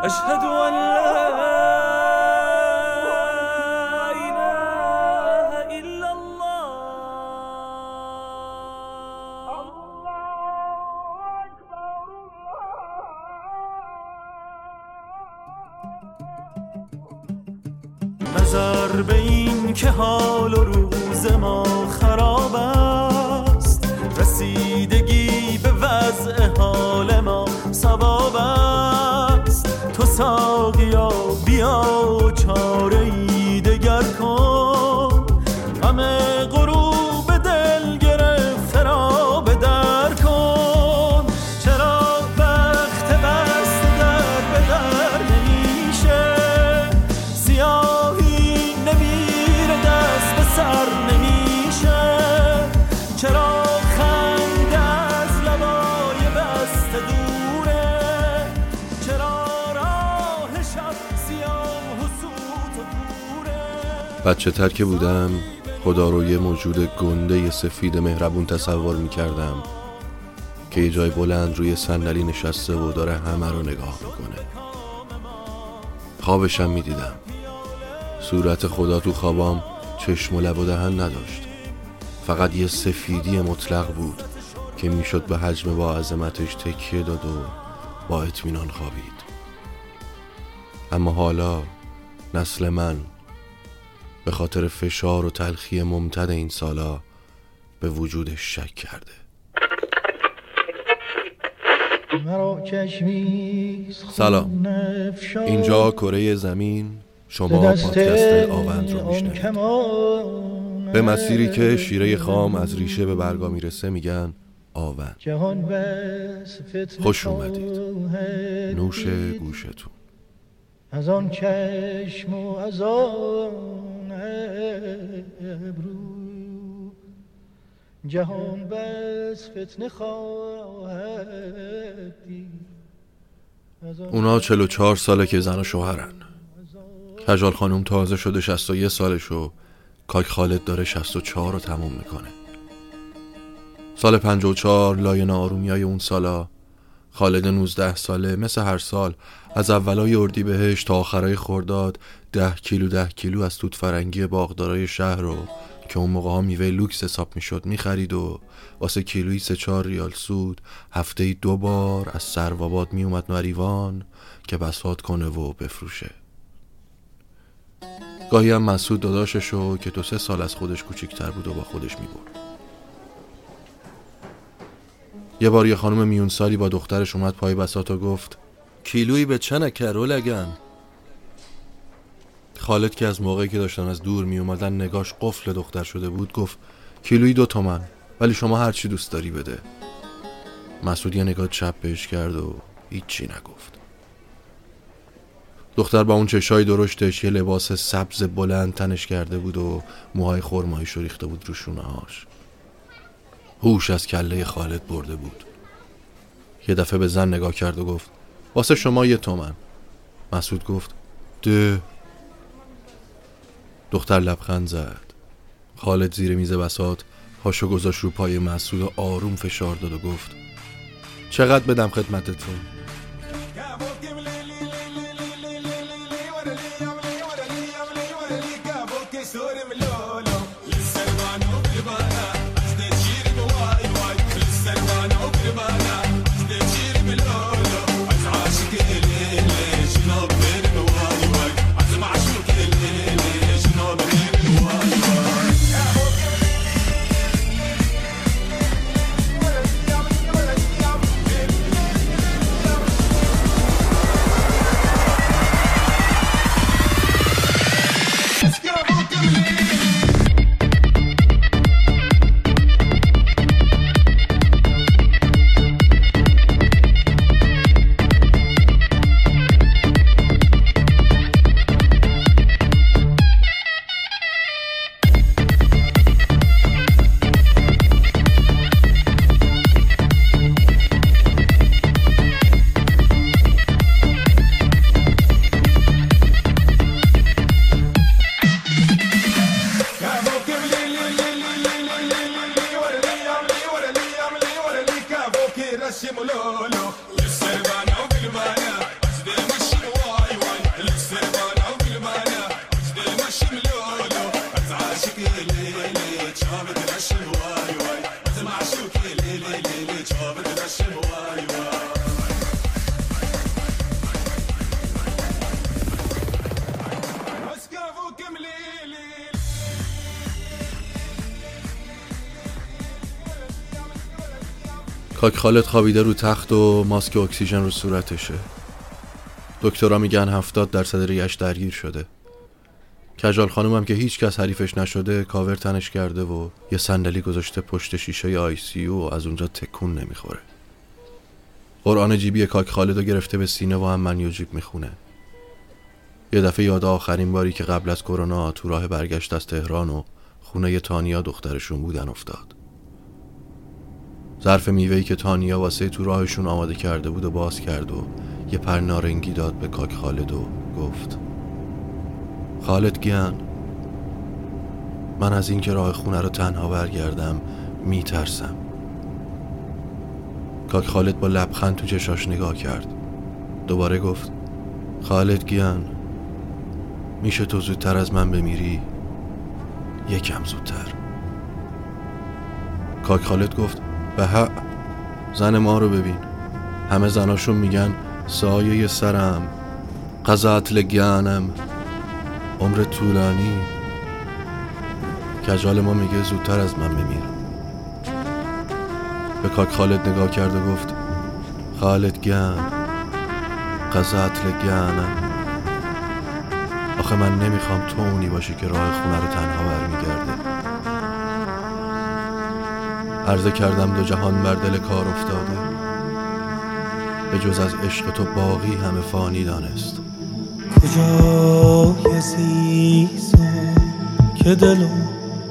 أشهد أن لا إله إلا الله. نظر به این که حال و روز ما خراب است، رسیدگی به وضع حال ما ثواب است. تو ساقیا بیا چاره‌ای دگر کن، غم غروب دل گرفته را به در کن. چرا وقت بست در به در نمیشه، سیاهی نمیره دست به سر نمیشه. چرا خنده از لبای بسته دوره، چرا راه شب سیاه و سوت و کوره. بچه تر که بودم خدا رو یه موجود گنده سفید مهربون تصور میکردم که یه جای بلند روی صندلی نشسته و داره همه رو نگاه میکنه. خوابشم میدیدم. صورت خدا تو خوابام چشم و لب و دهن نداشت، فقط یه سفیدی مطلق بود که میشد به حجم با عظمتش تکیه داد و با اطمینان خوابید. اما حالا نسل من به خاطر فشار و تلخی ممتد این سالا به وجودش شک کرده. سلام، اینجا کره زمین، شما پادکست آوند رو میشنوید. به مسیری که شیره خام از ریشه به برگا میرسه میگن آوند. خوش اومدید، نوش گوشتون. از آن چشم و از آن ابرو جهان بس فتنه خواهد دید. اونا 44 ساله که زن و شوهرن. کجال خانوم تازه شده 61 سالش و کاک خالد داره 64 رو تموم میکنه. سال 54 لایه ناآرومیای اون سالا خالد 19 ساله مثل هر سال از اولای اردیبهشت تا آخرای خرداد 10 کیلو از توت فرنگی باغدارای شهر رو که اون موقع ها میوه لوکس حساب میشد میخرید و واسه کیلویی 3-4 ریال سود هفته‌ای 2 بار از سروآباد میومد نریوان که بساط کنه و بفروشه. گاهی هم مسعود داداششو که 2-3 سال از خودش کوچیک‌تر بود و با خودش میبرد. یه بار یه خانم میون سالی با دخترش اومد پای بساط و گفت کیلویی به چنه کرو لگن. خالد که از موقعی که داشتن از دور می اومدن نگاش قفل دختر شده بود گفت کیلویی 2 تومن، ولی شما هر چی دوست داری بده. مسعود یه نگاه چپ بهش کرد و هیچی نگفت. دختر با اون چشای درشتش یه لباس سبز بلند تنش کرده بود و موهای خرماییشو ریخته بود رو شونه‌هاش. هوش از کله خالد برده بود. یه دفعه به زن نگاه کرد و گفت واسه شما 1 تومن. مسعود گفت ده. دختر لبخند زد. خالد زیر میز بساط پاشو گذاشت رو پای مسعود و آروم فشار داد و گفت چقدر بدم خدمتتون؟ Simulolo, you said I know, کاک خالد خوابیده رو تخت و ماسک اکسیژن رو صورتشه. دکترها میگن 70% ریش درگیر شده. کجال خانوم هم که هیچ کس حریفش نشده کاور تنش کرده و یه صندلی گذاشته پشت شیشه آی سی یو و از اونجا تکون نمیخوره. قرآن جیبی کاک خالد رو گرفته به سینه و هم من جیب میخونه. یه دفعه یاد آخرین باری که قبل از کرونا تو راه برگشت از تهران و خونه تانیا دخترشون بودن افتاد. ظرف میوه‌ای که تانیا واسه تو راهشون آماده کرده بود و باز کرد و یه پر نارنگی داد به کاک خالد و گفت: خالد گیان، من از این که راه خونه رو تنها برگردم میترسم. کاک خالد با لبخند تو چشاش نگاه کرد. دوباره گفت: خالد گیان، میشه تو زودتر از من بمیری؟ یکم زودتر. کاک خالد گفت: به زن ما رو ببین، همه زناشون میگن سایه سرم، قضات لگیانم، عمر طولانی. کجال ما میگه زودتر از من بمیر. به کاک خالد نگاه کرد و گفت: خالد گیان، قضات لگیانم. آخه من نمیخوام تو اونی باشی که راه خونه رو تنها برمیگرده. عرضه کردم دو جهان بر دل کار افتاده، به جز از عشق تو باقی همه فانی دانست. کجای عزیزم که دلم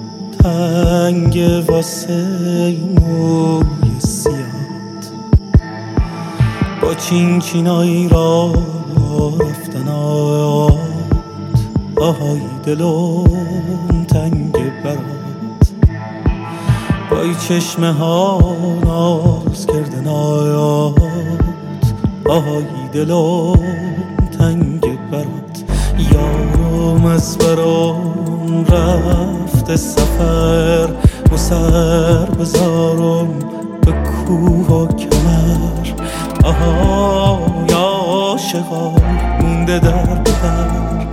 تنگ واسه موی سیاد، با چینچینایی را رفتنات، آهای دلم تنگ برات، بای چشمه ها ناز کردنات، آهای دلم تنگ برات. یارم از برام رفت سفر، و سر بذارم به کوه و کمر، آهای عاشقا مونده در بر،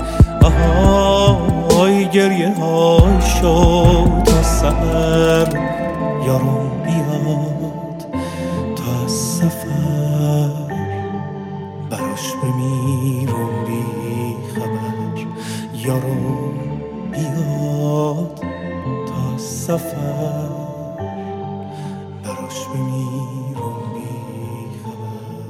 آهای گریه های شد تا سحر. یارم بیاد تا از سفر، براش بمیرم بی خبر. یارم بیاد تا از سفر، براش بمیرم بی خبر.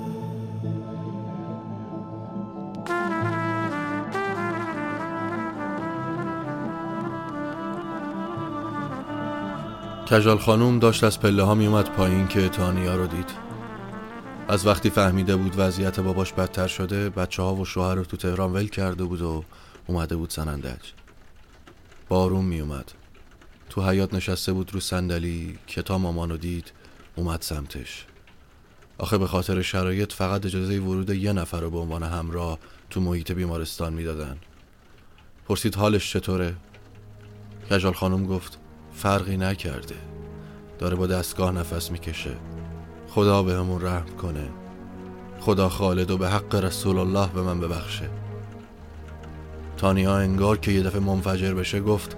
کجال خانوم داشت از پله ها می اومد پایین که تانیا رو دید. از وقتی فهمیده بود وضعیت باباش بدتر شده، بچه ها و شوهر رو تو تهران ول کرده بود و اومده بود سنندج. بارون می اومد. تو حیاط نشسته بود رو صندلی که تا مامانو دید اومد سمتش. آخه به خاطر شرایط فقط اجازه ورود یه نفر رو به عنوان همراه تو محیط بیمارستان میدادن. پرسید حالش چطوره؟ کجال خانوم گفت فرقی نکرده، داره با دستگاه نفس میکشه. خدا به همون رحم کنه. خدا خالد و به حق رسول الله به من ببخشه. تانیا انگار که یه دفعه منفجر بشه گفت: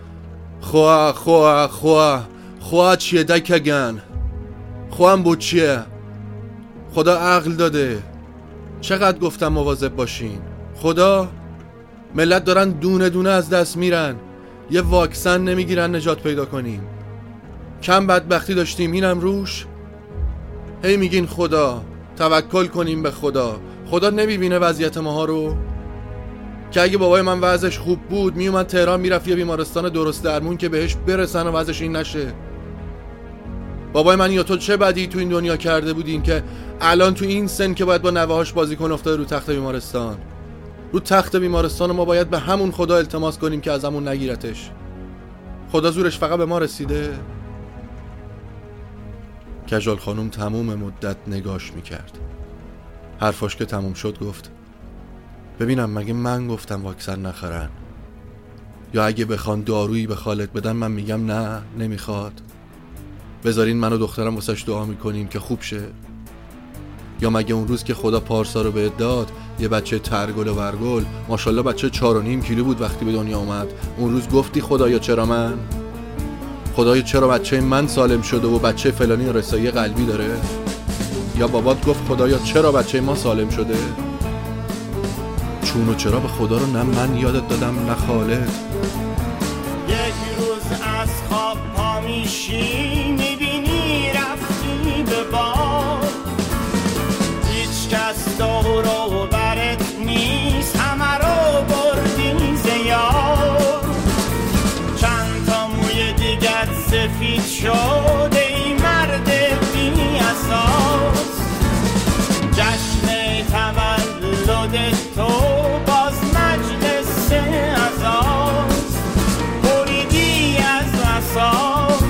خواه چیه دکگن؟ خواهم بود چیه؟ خدا عقل داده. چقدر گفتم مواظب باشین. خدا، ملت دارن دونه دونه از دست میرن، یه واکسن نمیگیرن نجات پیدا کنیم. کم بدبختی داشتیم اینم روش. هی میگین خدا، توکل کنیم به خدا. خدا نمیبینه وضعیت ماها رو؟ که اگه بابای من وضعش خوب بود میومد تهران میرفت یه بیمارستان درست درمون که بهش برسن و وضعش این نشه. بابای من یا تو چه بدی تو این دنیا کرده بودین که الان تو این سن که باید با نوه‌هاش بازی کن افتاده رو تخت بیمارستان. رو تخت بیمارستان ما باید به همون خدا التماس کنیم که از همون نگیرتش. خدا زورش فقط به ما رسیده. کجال خانوم تموم مدت نگاش میکرد. حرفاش که تموم شد گفت: ببینم مگه من گفتم واکسن نخرن؟ یا اگه بخوان دارویی به خالد بدن من میگم نه نمیخواد؟ بذارین من و دخترم واسش دعا میکنیم که خوب شه؟ یا مگه اون روز که خدا پارسا رو بهت داد یه بچه ترگل و ورگل، ماشاءالله بچه 4.5 کیلو بود وقتی به دنیا اومد، اون روز گفتی خدایا چرا من؟ خدایا چرا بچه من سالم شده و بچه فلانی رسایی قلبی داره؟ یا بابات گفت خدایا چرا بچه ما سالم شده؟ چون و چرا به خدا رو نه من یادت دادم نه خالد. یک روز از خواب پا میشی میبینی رفتی به بار، هیچ کس دور و برت نیست، همه رو بردی زیاد. چند تا موی دیگت سفید شد ای مرد بی اساس، جشن تولد تو باز مجلس عزاست، بریدی از اساس.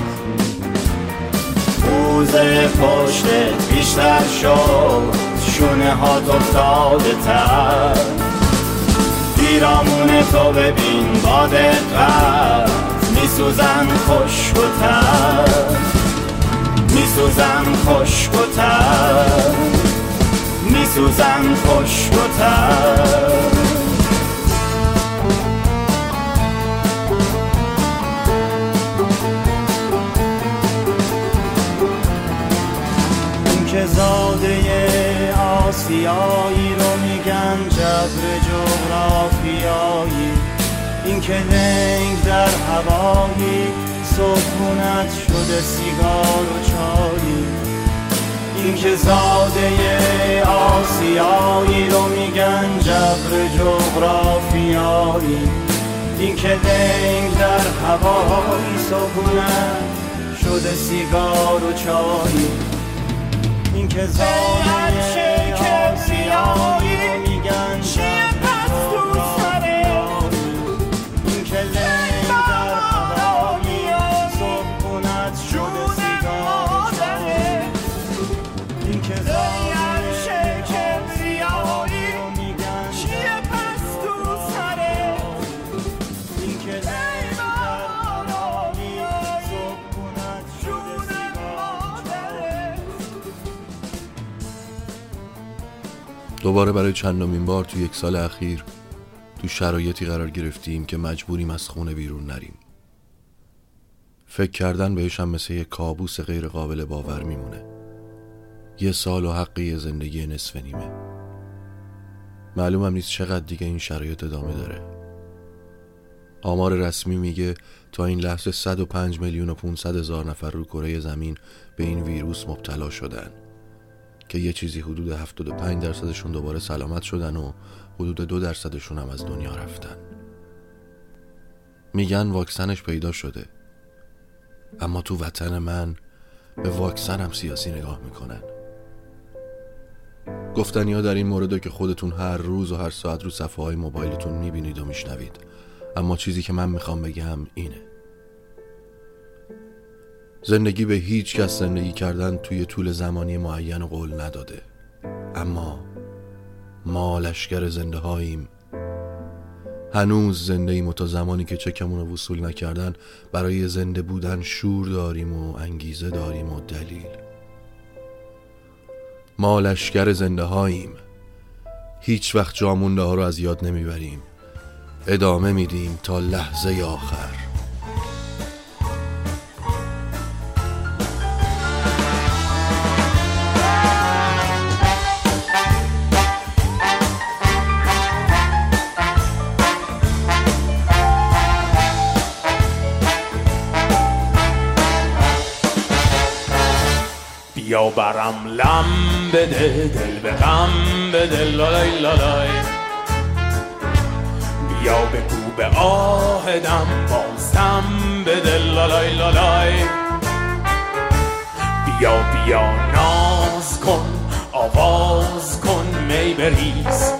روزه پشتت بیشتر شد، شونه هات افتاده تر، پیرامون تو ببین با دقت، میسوزن خشک و تر، میسوزن خشک و تر، میسوزن خشک و تر. این که زاده آسیایی رو میگن جبر جغرافیایی، این که لنگ در هوایی سکونت شده سیگار و چایی، این که زاده آسیایی رو میگن جبر جغرافیایی، این که لنگ در هوایی سکونت شده سیگار و چایی، این که زاده آسیایی رو میگن جبر جغرافیایی، این که لنگ در هوایی سکونت شده سیگار و چایی، این که زاده آسیایی رو میگن جبر جغرافیایی، این که لنگ در هوایی سکونت شده سیگار و چایی. دوباره برای چندمین بار تو یک سال اخیر تو شرایطی قرار گرفتیم که مجبوریم از خونه بیرون نریم. فکر کردن بهش هم مثل یک کابوس غیر قابل باور میمونه. یه سال و حقی زندگی نصف نیمه. معلومم نیست چقدر دیگه این شرایط ادامه داره. آمار رسمی میگه تا این لحظه 105,500,000 نفر رو کره زمین به این ویروس مبتلا شدن که یه چیزی حدود 75% دوباره سلامت شدن و حدود 2% هم از دنیا رفتن. میگن واکسنش پیدا شده، اما تو وطن من به واکسن هم سیاسی نگاه میکنن. گفتنیا در این مورده که خودتون هر روز و هر ساعت رو صفحه های موبایلتون میبینید و میشنوید، اما چیزی که من میخوام بگم اینه: زندگی به هیچ کس زندگی کردن توی طول زمانی معین و قول نداده، اما ما لشکر زنده هاییم. هنوز زنده ایم و تا زمانی که چکمون رو وصول نکردن برای زنده بودن شور داریم و انگیزه داریم و دلیل. ما لشکر زنده هاییم، هیچ وقت جامونده ها رو از یاد نمیبریم، ادامه میدیم تا لحظه آخر. بیا برم لم بده دل به غم بده لالای لالای، بیا بگو به آهدم بازم بده لالای لالای، بیا بیا ناز کن آواز کن می بریز،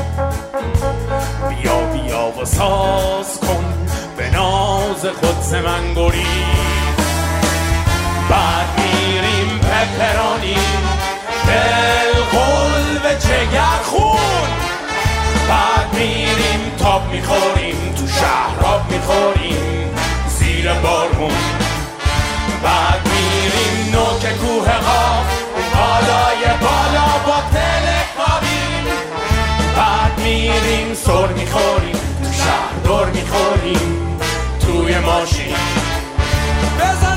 بیا بیا و ساز کن به ناز خود ز من گریز. بعد میریم پپرانیم دل قلب جگر خون، بعد میریم تاب میخوریم تو شهراب میخوریم زیر بارمون، بعد میریم نوک کوه قاف بالای بالا با تلکابیم، بعد میریم سر میخوریم تو شهر دور میخوریم توی ماشین. بزن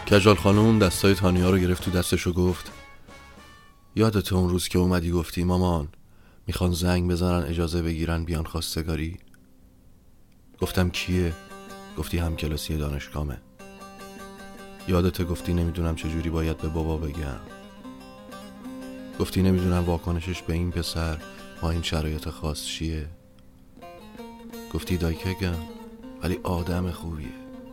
کجال خانم دستای تانیا رو گرفت تو دستش و گفت یادت اون روز که اومدی گفتی مامان میخوان زنگ بزنن اجازه بگیرن بیان خواستگاری؟ گفتم کیه؟ گفتی همکلاسی دانشگاهمه. یادت گفتی نمیدونم چجوری باید به بابا بگم؟ گفتی نمیدونم واکنشش به این پسر با این شرایط خاص چیه؟ گفتی دایکگم ولی آدم خوبیه.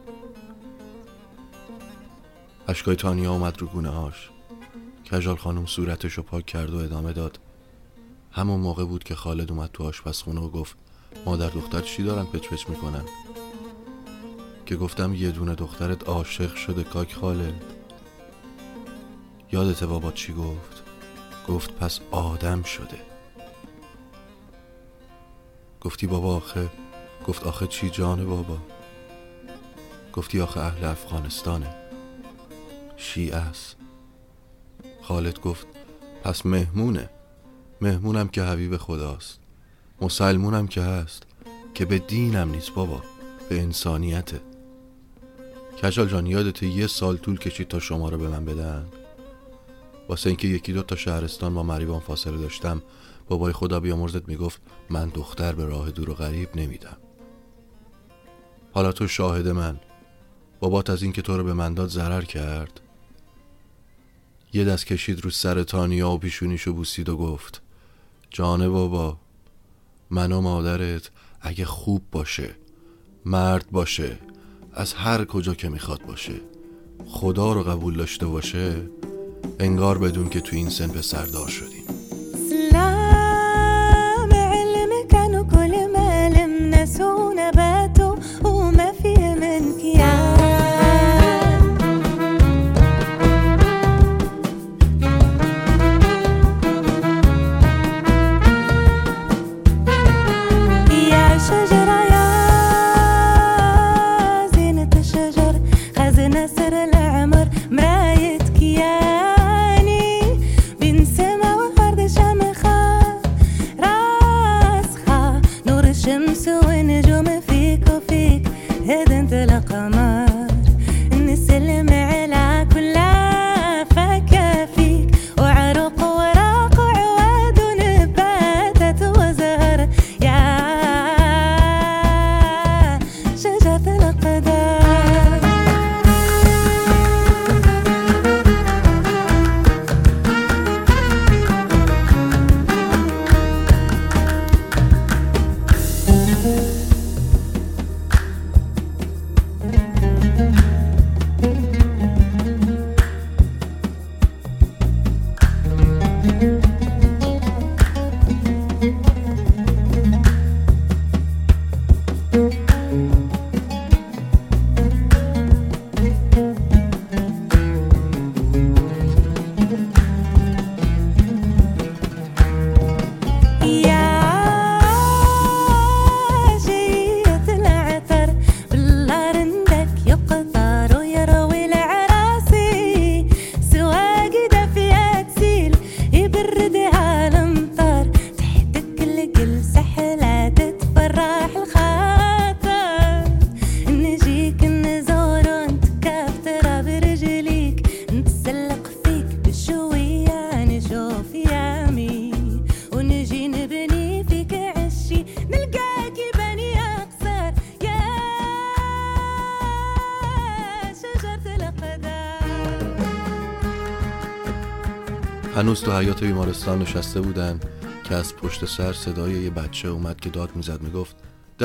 اشکای تانیا اومد رو گونه هاش. کجال خانم صورتش رو پاک کرد و ادامه داد همون موقع بود که خالد اومد تو آشپزخونه و گفت مادر دختر چی دارن پچ پچ میکنن؟ که گفتم یه دونه دخترت عاشق شده کاک خالد. یادت بابا چی گفت؟ گفت پس آدم شده. گفتی بابا آخه؟ گفت آخه چی جان بابا؟ گفتی آخه اهل افغانستانه، شیعه است. خالد گفت پس مهمونم که حبیب خداست، مسلمونم که هست، که به دینم نیست بابا، به انسانیته. کجال جان یادت 1 سال طول کشید تا شما رو به من بدن؟ واسه اینکه 1-2 تا شهرستان با مریوان فاصله داشتم بابای خدا بیامرزت میگفت من دختر به راه دور و غریب نمیدم. حالا تو شاهد من، بابات از این که تو رو به من داد ضرر کرد؟ یه دست کشید رو سر تانیا و پیشونیشو بوسید و گفت جان بابا من و مادرت اگه خوب باشه، مرد باشه، از هر کجا که میخواد باشه، خدا رو قبول داشته باشه، انگار بدون که تو این سن پسردار شدیم. سلام علمك عن كل ما لم نسو نباته وما فيه من كيان يا شجرة يا زينة الشجر خزنة سر العمر مراية كياني بين سما وأرض شمخة راسخة نور الشمس ونجوم فيك وفيك هدنت القمر نسلم على كل فكا فيك وعرق وراق وعواد ونباتات وزهر يا شجرة الأقدار. هنوز تو حیاط بیمارستان نشسته بودن که از پشت سر صدای یه بچه اومد که داد میزد میگفت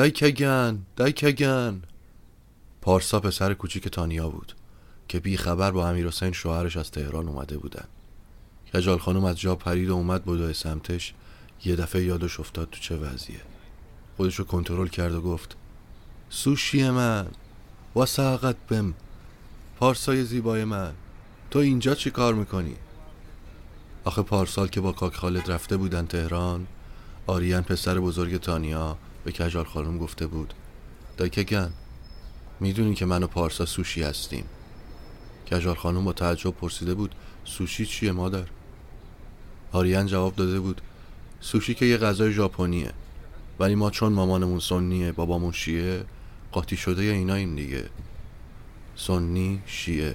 دایکگن. پارسا پسر کوچیک تانیا بود که بی خبر با امیرحسین شوهرش از تهران اومده بودن. کجال خانم از جا پرید و اومد بدوی سمتش. یه دفعه یادش افتاد تو چه وضعیه. خودشو کنترل کرد و گفت سوشی من واساقت بم، پارسای زیبای من، تو اینجا چی کار میکنی؟ آخه پارسال که با کاک خالد رفته بودن تهران، آریان پسر بزرگ تانیا به کجال خانم گفته بود دایکگن میدونی که من و پارسا سوشی هستیم؟ کجال خانم با تعجب پرسیده بود سوشی چیه مادر؟ آریان جواب داده بود سوشی که یه غذای ژاپنیه، ولی ما چون مامانمون سنیه بابامون شیعه قاطی شده یا ایناییم دیگه. سنی شیعه،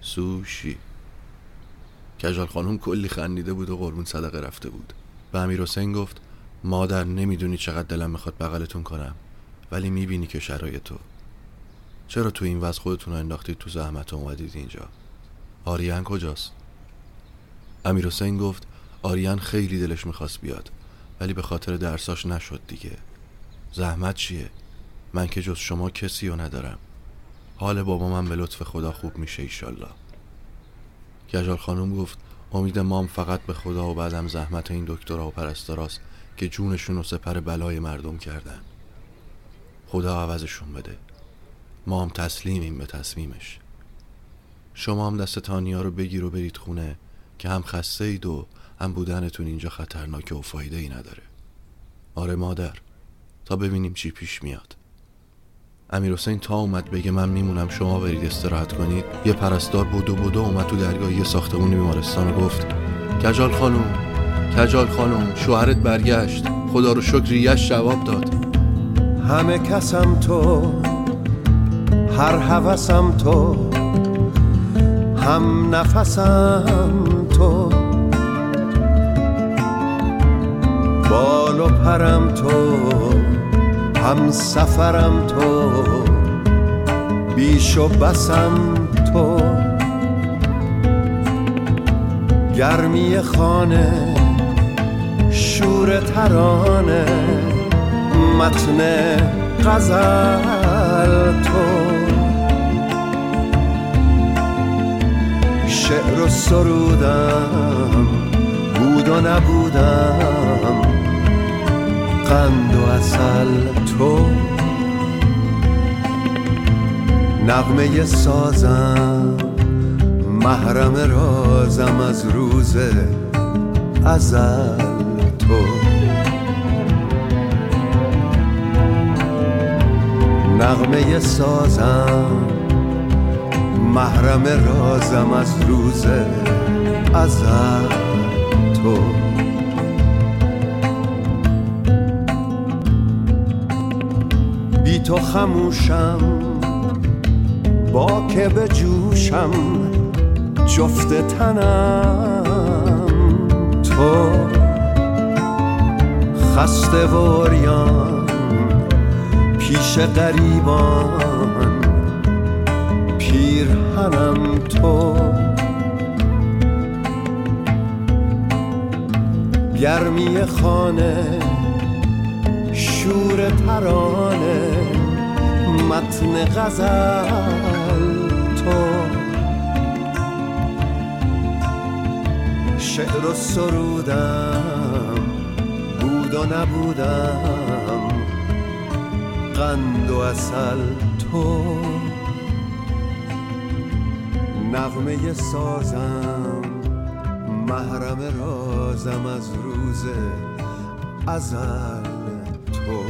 سوشی. کجال خانم کلی خندیده بود و قربون صدقه رفته بود. به امیرحسین گفت مادر نمیدونی چقدر دلم میخواد بغلتون کنم، ولی میبینی که شرایط تو. چرا تو این وضع خودتون رو انداختید تو زحمت و اومدید اینجا؟ آریان کجاست؟ امیرحسین گفت آریان خیلی دلش میخواست بیاد، ولی به خاطر درساش نشد دیگه. زحمت چیه؟ من که جز شما کسی رو ندارم. حال بابا من به لطف خدا خوب میشه ایشالله. کجال خانم گفت امید مام فقط به خدا و بعدم زحمت این دکترها و پرستاراست که جونشون رو سپر بلای مردم کردن. خدا عوضشون بده. ما هم تسلیمیم به تصمیمش. شما هم دست تانیا رو بگیر و برید خونه که هم خسته اید و هم بودنتون اینجا خطرناکه و فایده ای نداره. آره مادر، تا ببینیم چی پیش میاد. امیرحسین تا اومد بگه من میمونم شما برید استراحت کنید، یه پرستار بدو اومد تو درگاه یه ساختمون بیمارستان و گفت کجال خانم شوهرت برگشت، خدا رو شکر ریش جواب داد. همه کسم تو، هر هوسم تو، هم نفسم تو، بال و پرم تو، هم سفرم تو، بیش و بسم تو، گرمی خانه، شور ترانه، متن غزل تو، شعر و سرودم، بود و نبودم، قند و عسل تو، نغمه سازم، محرم رازم از روز ازل تو، نغمه سازم، محرم رازم از روز ازل تو. بی تو خموشم، با که به جوشم، جفت تنم تو، خسته و عریان پیش غریبان، پیرهنم تو، گرمی خانه، شور ترانه، متن غزل تو، شعر و سرودم، بود و نبودم، قند و عسل تو، نغمه سازم، محرم رازم از روز ازل تو.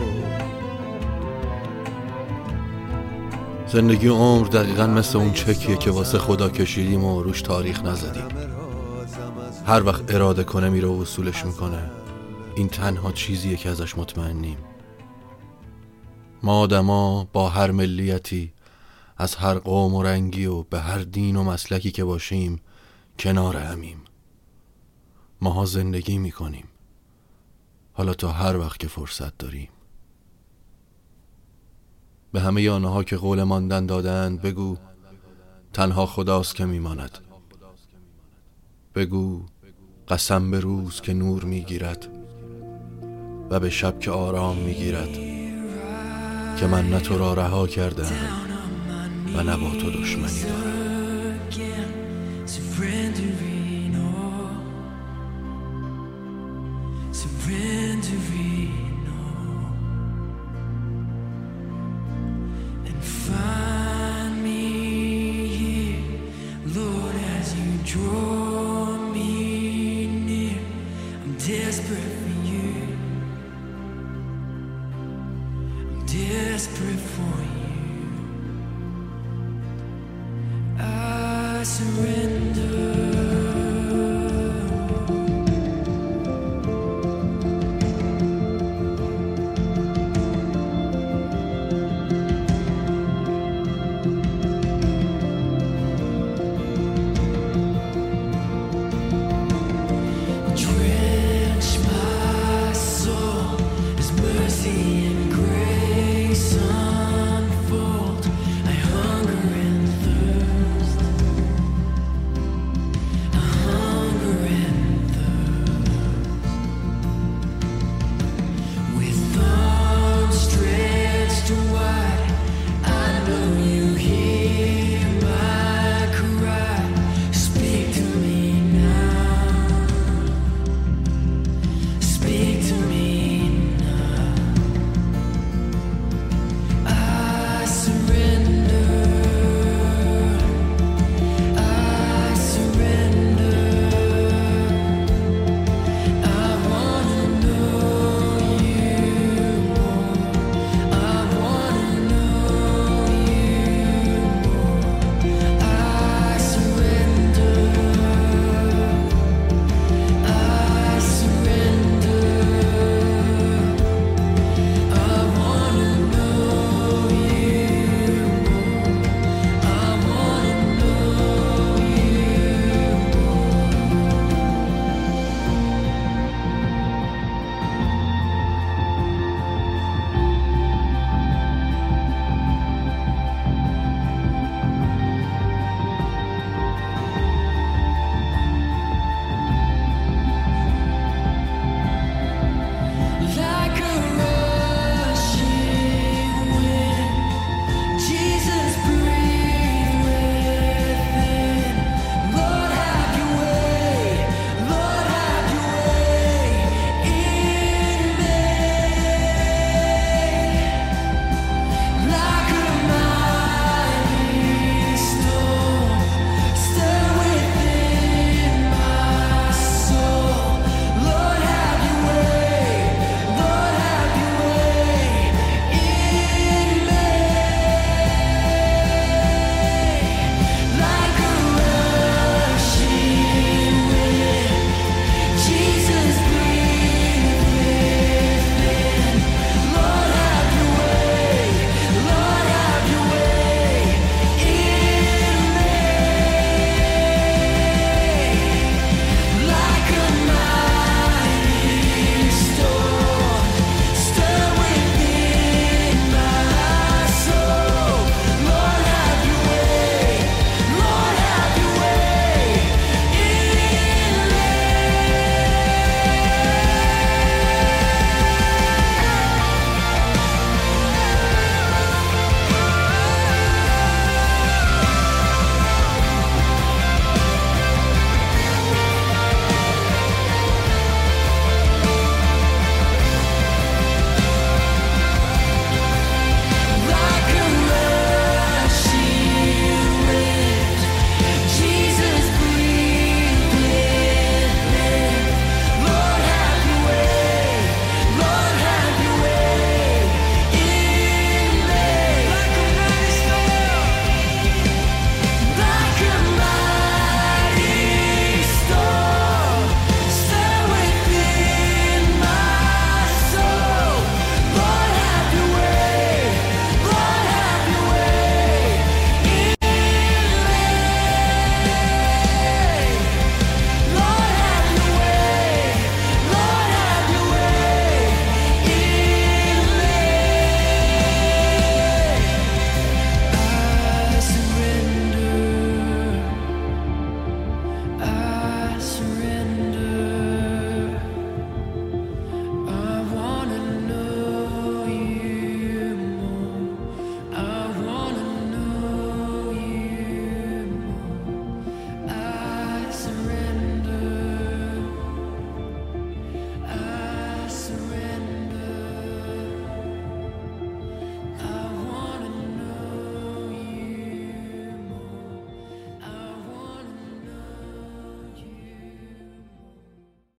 زندگی و عمر دقیقا مثل اون چکیه که واسه خدا کشیدیم و روش تاریخ نزدیم. هر وقت اراده کنه میره و وصولش میکنه. این تنها چیزیه که ازش مطمئنیم. ما آدما با هر ملیتی، از هر قوم و رنگی و به هر دین و مسلکی که باشیم کنار همیم. ماها زندگی میکنیم، حالا تا هر وقت که فرصت داریم. به همه آنها که قول ماندن دادند بگو تنها خداست که میماند. بگو قسم به روز که نور میگیرد و به شب که آرام میگیرد که من نه تو را رها کردم و نه با تو دشمنی دارم. Desperate for you, I surrender.